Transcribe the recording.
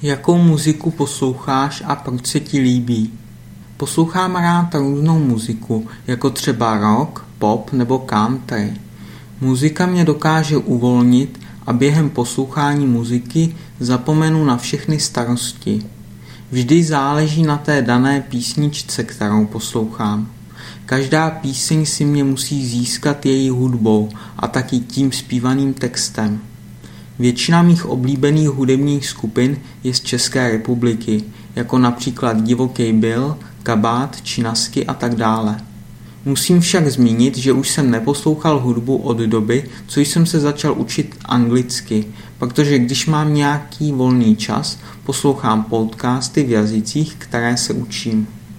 Jakou muziku posloucháš a proč se ti líbí? Poslouchám rád různou muziku, jako třeba rock, pop nebo country. Muzika mě dokáže uvolnit a během poslouchání muziky zapomenu na všechny starosti. Vždy záleží na té dané písničce, kterou poslouchám. Každá píseň si mě musí získat její hudbou a taky tím zpívaným textem. Většina mých oblíbených hudebních skupin je z České republiky, jako například Divoký Bill, Kabát, Činasky a tak dále. Musím však zmínit, že už jsem neposlouchal hudbu od doby, co jsem se začal učit anglicky, protože když mám nějaký volný čas, poslouchám podcasty v jazycích, které se učím.